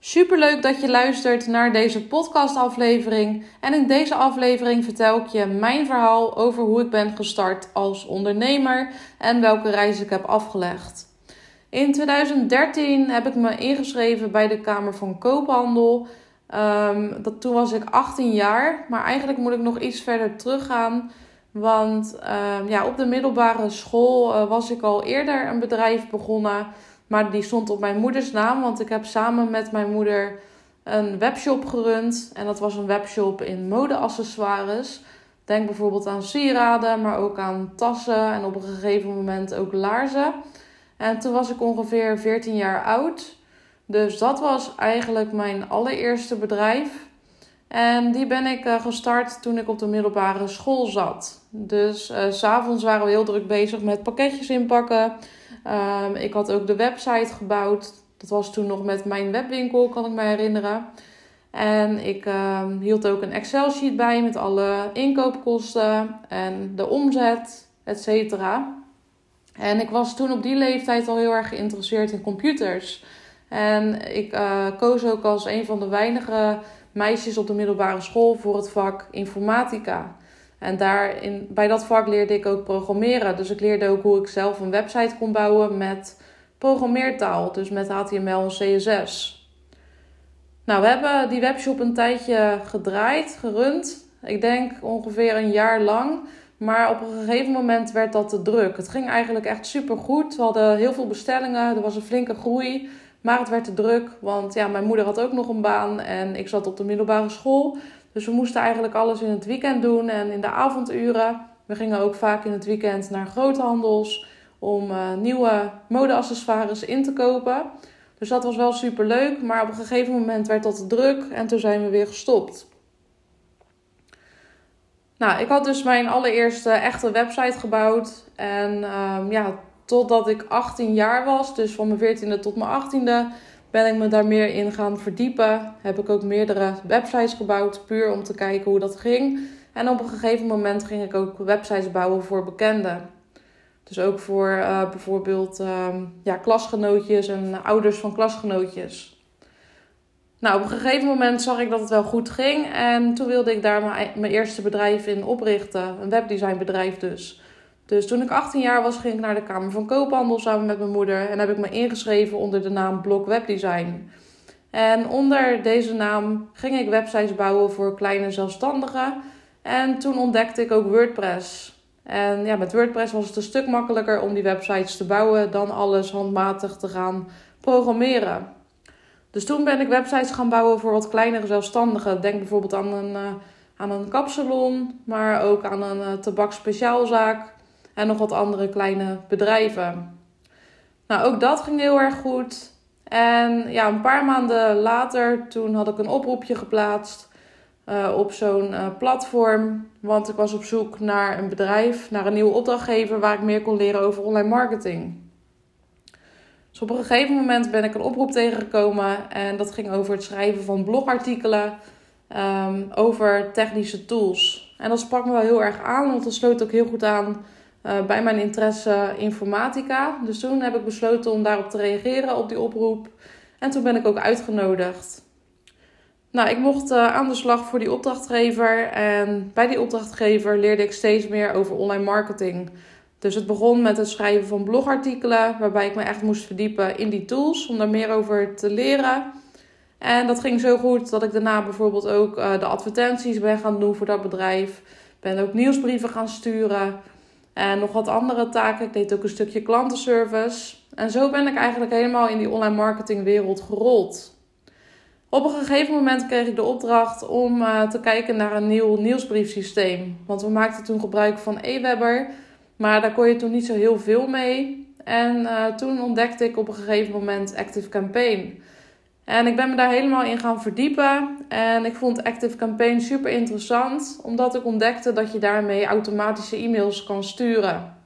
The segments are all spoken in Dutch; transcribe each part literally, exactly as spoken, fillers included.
Superleuk dat je luistert naar deze podcastaflevering. En in deze aflevering vertel ik je mijn verhaal over hoe ik ben gestart als ondernemer en welke reis ik heb afgelegd. In twintig dertien heb ik me ingeschreven bij de Kamer van Koophandel. Um, dat, toen was ik achttien jaar, maar eigenlijk moet ik nog iets verder teruggaan. Want uh, ja, op de middelbare school uh, was ik al eerder een bedrijf begonnen. Maar die stond op mijn moeders naam, want ik heb samen met mijn moeder een webshop gerund. En dat was een webshop in modeaccessoires. Denk bijvoorbeeld aan sieraden, maar ook aan tassen en op een gegeven moment ook laarzen. En toen was ik ongeveer veertien jaar oud. Dus dat was eigenlijk mijn allereerste bedrijf. En die ben ik uh, gestart toen ik op de middelbare school zat. Dus uh, 's avonds waren we heel druk bezig met pakketjes inpakken. Um, ik had ook de website gebouwd. Dat was toen nog met mijn webwinkel, kan ik me herinneren. En ik uh, hield ook een Excel-sheet bij met alle inkoopkosten en de omzet, et cetera. En ik was toen op die leeftijd al heel erg geïnteresseerd in computers. En ik uh, koos ook als een van de weinige meisjes op de middelbare school voor het vak informatica. En daar in, bij dat vak leerde ik ook programmeren. Dus ik leerde ook hoe ik zelf een website kon bouwen met programmeertaal. Dus met H T M L en C S S. Nou, we hebben die webshop een tijdje gedraaid, gerund. Ik denk ongeveer een jaar lang. Maar op een gegeven moment werd dat te druk. Het ging eigenlijk echt supergoed. We hadden heel veel bestellingen. Er was een flinke groei. Maar het werd te druk. Want ja, mijn moeder had ook nog een baan. En ik zat op de middelbare school. Dus we moesten eigenlijk alles in het weekend doen en in de avonduren. We gingen ook vaak in het weekend naar groothandels om uh, nieuwe modeaccessoires in te kopen. Dus dat was wel superleuk, maar op een gegeven moment werd dat te druk en toen zijn we weer gestopt. Nou, ik had dus mijn allereerste echte website gebouwd. En um, ja, totdat ik achttien jaar was, dus van mijn veertiende tot mijn achttiende... ben ik me daar meer in gaan verdiepen. Heb ik ook meerdere websites gebouwd, puur om te kijken hoe dat ging. En op een gegeven moment ging ik ook websites bouwen voor bekenden. Dus ook voor uh, bijvoorbeeld uh, ja, klasgenootjes en ouders van klasgenootjes. Nou, op een gegeven moment zag ik dat het wel goed ging. En toen wilde ik daar mijn, mijn eerste bedrijf in oprichten. Een webdesignbedrijf dus. Dus toen ik achttien jaar was, ging ik naar de Kamer van Koophandel samen met mijn moeder. En heb ik me ingeschreven onder de naam Blok Webdesign. En onder deze naam ging ik websites bouwen voor kleine zelfstandigen. En toen ontdekte ik ook WordPress. En ja, met WordPress was het een stuk makkelijker om die websites te bouwen dan alles handmatig te gaan programmeren. Dus toen ben ik websites gaan bouwen voor wat kleinere zelfstandigen. Denk bijvoorbeeld aan een, uh, aan een kapsalon, maar ook aan een uh, tabakspeciaalzaak. En nog wat andere kleine bedrijven. Nou, ook dat ging heel erg goed. En ja, een paar maanden later, toen had ik een oproepje geplaatst uh, op zo'n uh, platform. Want ik was op zoek naar een bedrijf, naar een nieuwe opdrachtgever waar ik meer kon leren over online marketing. Dus op een gegeven moment ben ik een oproep tegengekomen. En dat ging over het schrijven van blogartikelen um, over technische tools. En dat sprak me wel heel erg aan, want dat sloot ook heel goed aan Uh, bij mijn interesse informatica. Dus toen heb ik besloten om daarop te reageren op die oproep. En toen ben ik ook uitgenodigd. Nou, ik mocht uh, aan de slag voor die opdrachtgever. En bij die opdrachtgever leerde ik steeds meer over online marketing. Dus het begon met het schrijven van blogartikelen, waarbij ik me echt moest verdiepen in die tools, om daar meer over te leren. En dat ging zo goed dat ik daarna bijvoorbeeld ook uh, de advertenties ben gaan doen voor dat bedrijf. Ben ook nieuwsbrieven gaan sturen. En nog wat andere taken. Ik deed ook een stukje klantenservice. En zo ben ik eigenlijk helemaal in die online marketingwereld gerold. Op een gegeven moment kreeg ik de opdracht om uh, te kijken naar een nieuw nieuwsbriefsysteem. Want we maakten toen gebruik van Aweber. Maar daar kon je toen niet zo heel veel mee. En uh, toen ontdekte ik op een gegeven moment ActiveCampaign. En ik ben me daar helemaal in gaan verdiepen. En ik vond ActiveCampaign super interessant. Omdat ik ontdekte dat je daarmee automatische e-mails kan sturen.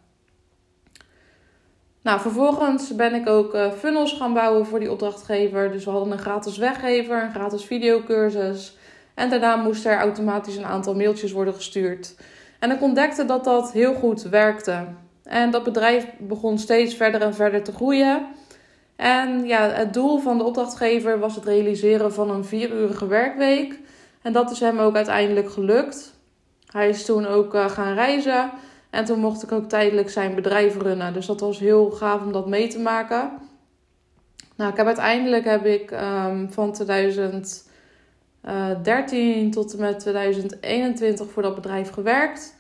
Nou, vervolgens ben ik ook uh, funnels gaan bouwen voor die opdrachtgever. Dus we hadden een gratis weggever, een gratis videocursus. En daarna moest er automatisch een aantal mailtjes worden gestuurd. En ik ontdekte dat dat heel goed werkte. En dat bedrijf begon steeds verder en verder te groeien. En ja, het doel van de opdrachtgever was het realiseren van een vierurige werkweek. En dat is hem ook uiteindelijk gelukt. Hij is toen ook uh, gaan reizen. En toen mocht ik ook tijdelijk zijn bedrijf runnen. Dus dat was heel gaaf om dat mee te maken. Nou, ik heb uiteindelijk heb ik um, van twintig dertien tot en met twintig eenentwintig voor dat bedrijf gewerkt.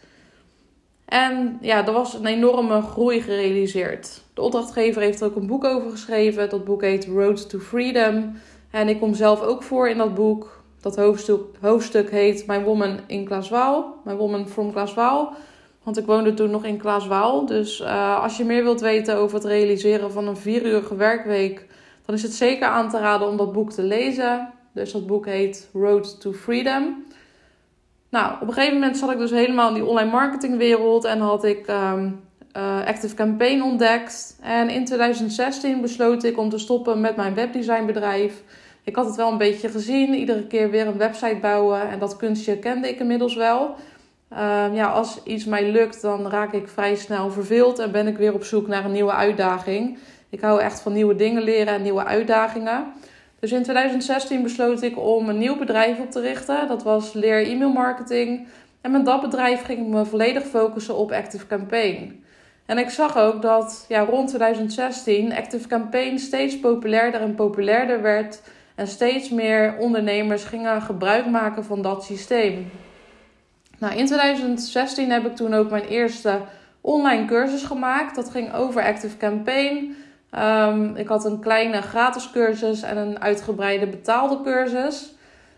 En ja, er was een enorme groei gerealiseerd. De opdrachtgever heeft er ook een boek over geschreven. Dat boek heet Road to Freedom. En ik kom zelf ook voor in dat boek. Dat hoofdstuk, hoofdstuk heet My Woman in Klaaswaal. My Woman from Klaaswaal. Want ik woonde toen nog in Klaaswaal. Dus uh, als je meer wilt weten over het realiseren van een vierurige werkweek, dan is het zeker aan te raden om dat boek te lezen. Dus dat boek heet Road to Freedom. Nou, op een gegeven moment zat ik dus helemaal in die online marketingwereld en had ik um, uh, Active Campaign ontdekt. En in twintig zestien besloot ik om te stoppen met mijn webdesignbedrijf. Ik had het wel een beetje gezien, iedere keer weer een website bouwen en dat kunstje kende ik inmiddels wel. Uh, ja, als iets mij lukt, dan raak ik vrij snel verveeld en ben ik weer op zoek naar een nieuwe uitdaging. Ik hou echt van nieuwe dingen leren en nieuwe uitdagingen. Dus in twintig zestien besloot ik om een nieuw bedrijf op te richten. Dat was Leer E-mail Marketing. En met dat bedrijf ging ik me volledig focussen op Active Campaign. En ik zag ook dat ja, rond twintig zestien Active Campaign steeds populairder en populairder werd. En steeds meer ondernemers gingen gebruik maken van dat systeem. Nou, in twintig zestien heb ik toen ook mijn eerste online cursus gemaakt. Dat ging over Active Campaign. Um, ik had een kleine gratis cursus en een uitgebreide betaalde cursus.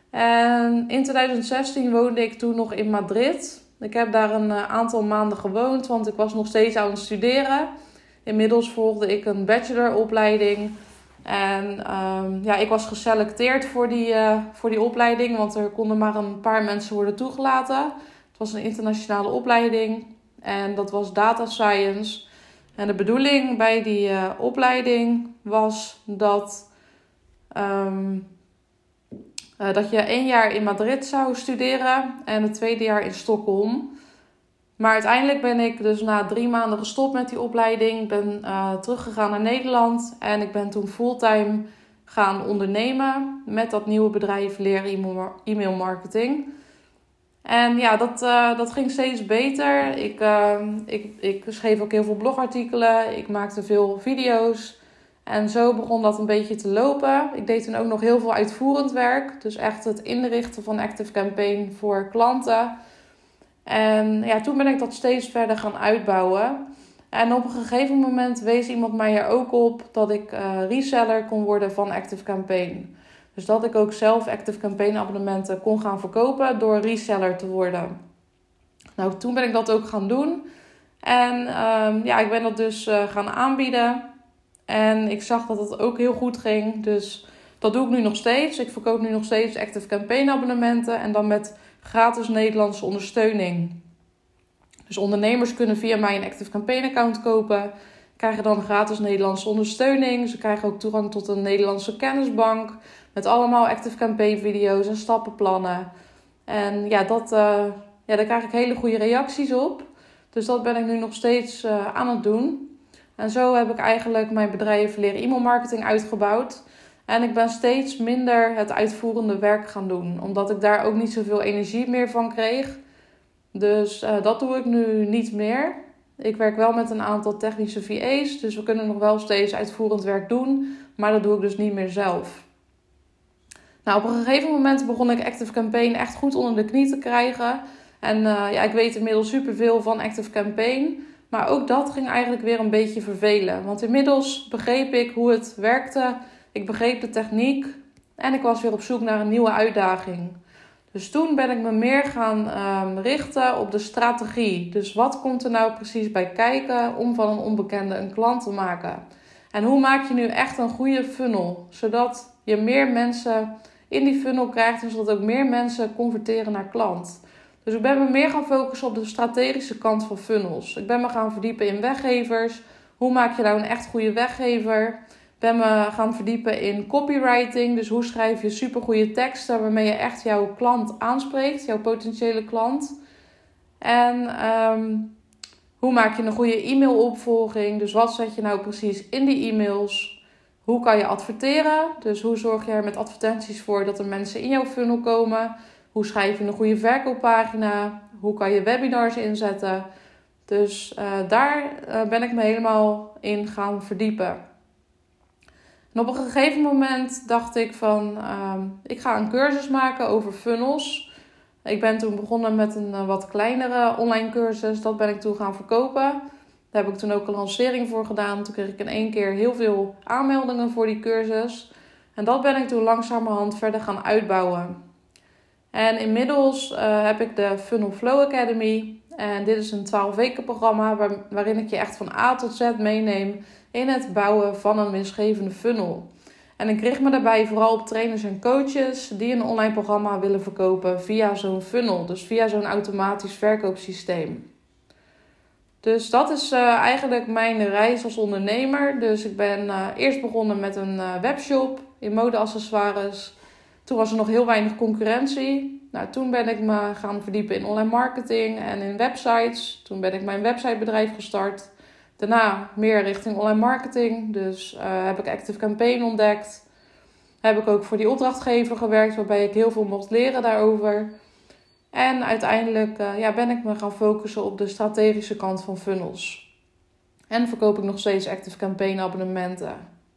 En in twintig zestien woonde ik toen nog in Madrid. Ik heb daar een aantal maanden gewoond, want ik was nog steeds aan het studeren. Inmiddels volgde ik een bacheloropleiding. En um, ja, ik was geselecteerd voor die, uh, voor die opleiding, want er konden maar een paar mensen worden toegelaten. Het was een internationale opleiding en dat was data science. En de bedoeling bij die uh, opleiding was dat, um, uh, dat je één jaar in Madrid zou studeren en het tweede jaar in Stockholm. Maar uiteindelijk ben ik dus na drie maanden gestopt met die opleiding. Ik ben uh, teruggegaan naar Nederland en ik ben toen fulltime gaan ondernemen met dat nieuwe bedrijf Leer E-mail Marketing. En ja, dat, uh, dat ging steeds beter. Ik, uh, ik, ik schreef ook heel veel blogartikelen. Ik maakte veel video's. En zo begon dat een beetje te lopen. Ik deed toen ook nog heel veel uitvoerend werk. Dus echt het inrichten van Active Campaign voor klanten. En ja, toen ben ik dat steeds verder gaan uitbouwen. En op een gegeven moment wees iemand mij er ook op dat ik uh, reseller kon worden van Active Campaign. Dus dat ik ook zelf Active Campaign abonnementen kon gaan verkopen door reseller te worden. Nou, toen ben ik dat ook gaan doen. En um, ja, ik ben dat dus uh, gaan aanbieden. En ik zag dat het ook heel goed ging. Dus dat doe ik nu nog steeds. Ik verkoop nu nog steeds Active Campaign abonnementen. En dan met gratis Nederlandse ondersteuning. Dus ondernemers kunnen via mij een Active Campaign account kopen. Krijgen dan gratis Nederlandse ondersteuning. Ze krijgen ook toegang tot een Nederlandse kennisbank. Met allemaal Active Campaign video's en stappenplannen. En ja, dat, uh, ja, daar krijg ik hele goede reacties op. Dus dat ben ik nu nog steeds uh, aan het doen. En zo heb ik eigenlijk mijn bedrijf Leer E-mail Marketing uitgebouwd. En ik ben steeds minder het uitvoerende werk gaan doen. Omdat ik daar ook niet zoveel energie meer van kreeg. Dus uh, dat doe ik nu niet meer. Ik werk wel met een aantal technische V A's. Dus we kunnen nog wel steeds uitvoerend werk doen. Maar dat doe ik dus niet meer zelf. Nou, op een gegeven moment begon ik Active Campaign echt goed onder de knie te krijgen. En uh, ja, ik weet inmiddels superveel van Active Campaign. Maar ook dat ging eigenlijk weer een beetje vervelen. Want inmiddels begreep ik hoe het werkte. Ik begreep de techniek. En ik was weer op zoek naar een nieuwe uitdaging. Dus toen ben ik me meer gaan um, richten op de strategie. Dus wat komt er nou precies bij kijken om van een onbekende een klant te maken? En hoe maak je nu echt een goede funnel? Zodat je meer mensen in die funnel krijgt en zodat ook meer mensen converteren naar klant. Dus ik ben me meer gaan focussen op de strategische kant van funnels. Ik ben me gaan verdiepen in weggevers. Hoe maak je nou een echt goede weggever? Ik ben me gaan verdiepen in copywriting. Dus hoe schrijf je supergoeie teksten waarmee je echt jouw klant aanspreekt. Jouw potentiële klant. En um, hoe maak je een goede e-mailopvolging? Dus wat zet je nou precies in die e-mails? Hoe kan je adverteren? Dus hoe zorg je er met advertenties voor dat er mensen in jouw funnel komen? Hoe schrijf je een goede verkooppagina? Hoe kan je webinars inzetten? Dus uh, daar uh, ben ik me helemaal in gaan verdiepen. En op een gegeven moment dacht ik van, uh, ik ga een cursus maken over funnels. Ik ben toen begonnen met een uh, wat kleinere online cursus. Dat ben ik toen gaan verkopen. Daar heb ik toen ook een lancering voor gedaan. Toen kreeg ik in één keer heel veel aanmeldingen voor die cursus. En dat ben ik toen langzamerhand verder gaan uitbouwen. En inmiddels uh, heb ik de Funnel Flow Academy. En dit is een twaalf weken programma waar, waarin ik je echt van A tot Z meeneem in het bouwen van een winstgevende funnel. En ik richt me daarbij vooral op trainers en coaches die een online programma willen verkopen via zo'n funnel. Dus via zo'n automatisch verkoopsysteem. Dus dat is uh, eigenlijk mijn reis als ondernemer. Dus ik ben uh, eerst begonnen met een uh, webshop in modeaccessoires. Toen was er nog heel weinig concurrentie. Nou, toen ben ik me gaan verdiepen in online marketing en in websites. Toen ben ik mijn websitebedrijf gestart. Daarna meer richting online marketing. Dus uh, heb ik Active Campaign ontdekt. Heb ik ook voor die opdrachtgever gewerkt, waarbij ik heel veel mocht leren daarover. En uiteindelijk uh, ja, ben ik me gaan focussen op de strategische kant van funnels. En verkoop ik nog steeds Active Campaign abonnementen.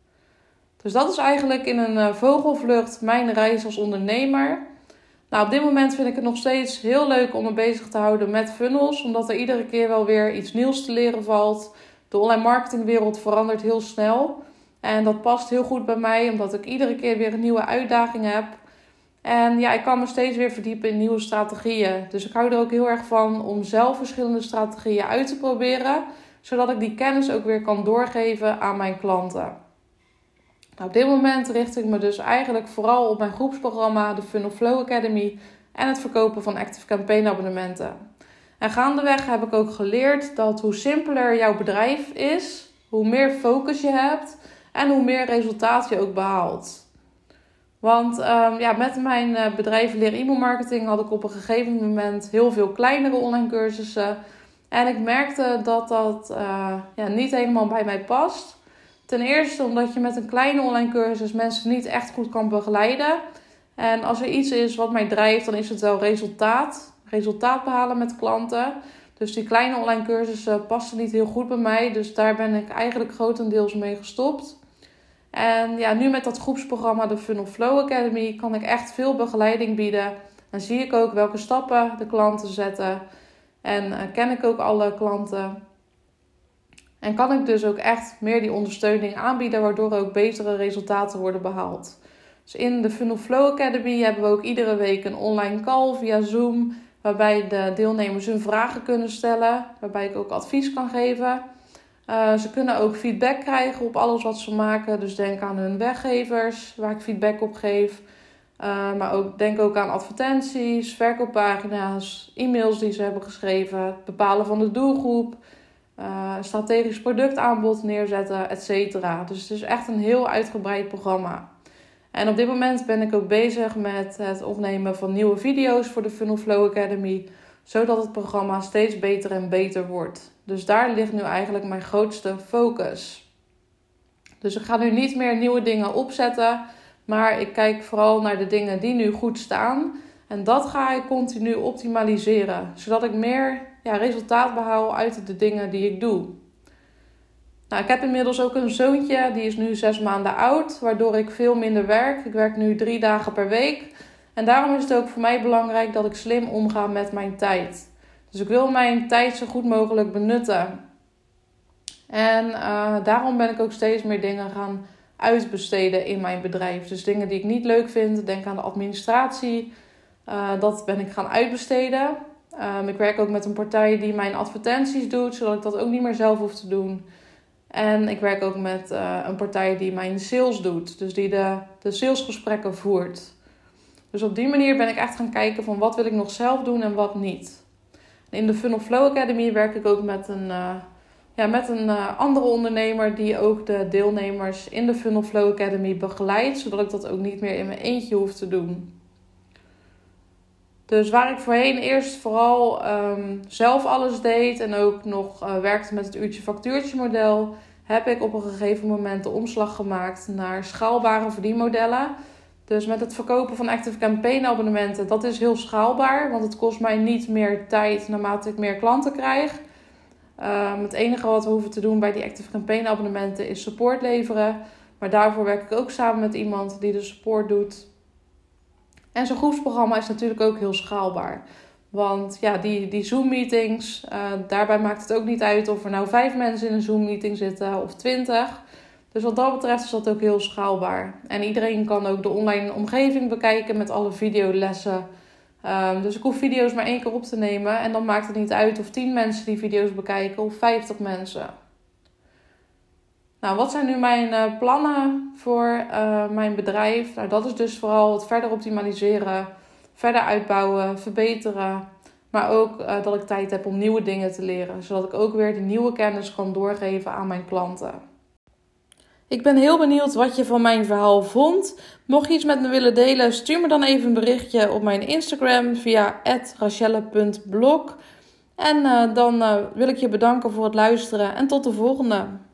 Dus dat is eigenlijk in een uh, vogelvlucht mijn reis als ondernemer. Nou, op dit moment vind ik het nog steeds heel leuk om me bezig te houden met funnels. Omdat er iedere keer wel weer iets nieuws te leren valt. De online marketingwereld verandert heel snel. En dat past heel goed bij mij, omdat ik iedere keer weer een nieuwe uitdaging heb. En ja, ik kan me steeds weer verdiepen in nieuwe strategieën. Dus ik hou er ook heel erg van om zelf verschillende strategieën uit te proberen. Zodat ik die kennis ook weer kan doorgeven aan mijn klanten. Nou, op dit moment richt ik me dus eigenlijk vooral op mijn groepsprogramma, de Funnel Flow Academy. En het verkopen van Active Campaign abonnementen. En gaandeweg heb ik ook geleerd dat hoe simpeler jouw bedrijf is, hoe meer focus je hebt en hoe meer resultaat je ook behaalt. Want um, ja, met mijn uh, bedrijf Leer E-mailmarketing had ik op een gegeven moment heel veel kleinere online cursussen. En ik merkte dat dat uh, ja, niet helemaal bij mij past. Ten eerste omdat je met een kleine online cursus mensen niet echt goed kan begeleiden. En als er iets is wat mij drijft, dan is het wel resultaat. Resultaat behalen met klanten. Dus die kleine online cursussen passen niet heel goed bij mij. Dus daar ben ik eigenlijk grotendeels mee gestopt. En ja, nu met dat groepsprogramma, de Funnel Flow Academy, kan ik echt veel begeleiding bieden. Dan zie ik ook welke stappen de klanten zetten. En uh, ken ik ook alle klanten. En kan ik dus ook echt meer die ondersteuning aanbieden, waardoor er ook betere resultaten worden behaald. Dus in de Funnel Flow Academy hebben we ook iedere week een online call via Zoom, waarbij de deelnemers hun vragen kunnen stellen, waarbij ik ook advies kan geven. Uh, ze kunnen ook feedback krijgen op alles wat ze maken. Dus denk aan hun weggevers, waar ik feedback op geef. Uh, maar ook, denk ook aan advertenties, verkooppagina's, e-mails die ze hebben geschreven. Het bepalen van de doelgroep, uh, strategisch productaanbod neerzetten, et cetera. Dus het is echt een heel uitgebreid programma. En op dit moment ben ik ook bezig met het opnemen van nieuwe video's voor de Funnel Flow Academy. Zodat het programma steeds beter en beter wordt. Dus daar ligt nu eigenlijk mijn grootste focus. Dus ik ga nu niet meer nieuwe dingen opzetten. Maar ik kijk vooral naar de dingen die nu goed staan. En dat ga ik continu optimaliseren. Zodat ik meer ja, resultaat behaal uit de dingen die ik doe. Nou, ik heb inmiddels ook een zoontje. Die is nu zes maanden oud. Waardoor ik veel minder werk. Ik werk nu drie dagen per week. En daarom is het ook voor mij belangrijk dat ik slim omga met mijn tijd. Dus ik wil mijn tijd zo goed mogelijk benutten. En uh, daarom ben ik ook steeds meer dingen gaan uitbesteden in mijn bedrijf. Dus dingen die ik niet leuk vind, denk aan de administratie. Uh, dat ben ik gaan uitbesteden. Um, ik werk ook met een partij die mijn advertenties doet, zodat ik dat ook niet meer zelf hoef te doen. En ik werk ook met uh, een partij die mijn sales doet. Dus die de, de salesgesprekken voert. Dus op die manier ben ik echt gaan kijken van wat wil ik nog zelf doen en wat niet. In de Funnel Flow Academy werk ik ook met een, uh, ja, met een uh, andere ondernemer die ook de deelnemers in de Funnel Flow Academy begeleidt. Zodat ik dat ook niet meer in mijn eentje hoef te doen. Dus waar ik voorheen eerst vooral um, zelf alles deed en ook nog uh, werkte met het uurtje factuurtje model, heb ik op een gegeven moment de omslag gemaakt naar schaalbare verdienmodellen. Dus met het verkopen van Active Campaign abonnementen, dat is heel schaalbaar. Want het kost mij niet meer tijd naarmate ik meer klanten krijg. Um, het enige wat we hoeven te doen bij die Active Campaign abonnementen is support leveren. Maar daarvoor werk ik ook samen met iemand die de support doet. En zo'n groepsprogramma is natuurlijk ook heel schaalbaar. Want ja, die, die Zoom-meetings, uh, daarbij maakt het ook niet uit of er nou vijf mensen in een Zoom-meeting zitten of twintig. Dus wat dat betreft is dat ook heel schaalbaar. En iedereen kan ook de online omgeving bekijken met alle videolessen. Um, dus ik hoef video's maar één keer op te nemen. En dan maakt het niet uit of tien mensen die video's bekijken of vijftig mensen. Nou, wat zijn nu mijn uh, plannen voor uh, mijn bedrijf? Nou, dat is dus vooral het verder optimaliseren, verder uitbouwen, verbeteren. Maar ook uh, dat ik tijd heb om nieuwe dingen te leren. Zodat ik ook weer die nieuwe kennis kan doorgeven aan mijn klanten. Ik ben heel benieuwd wat je van mijn verhaal vond. Mocht je iets met me willen delen, stuur me dan even een berichtje op mijn Instagram via at rachelle punt blog. En uh, dan uh, wil ik je bedanken voor het luisteren en tot de volgende.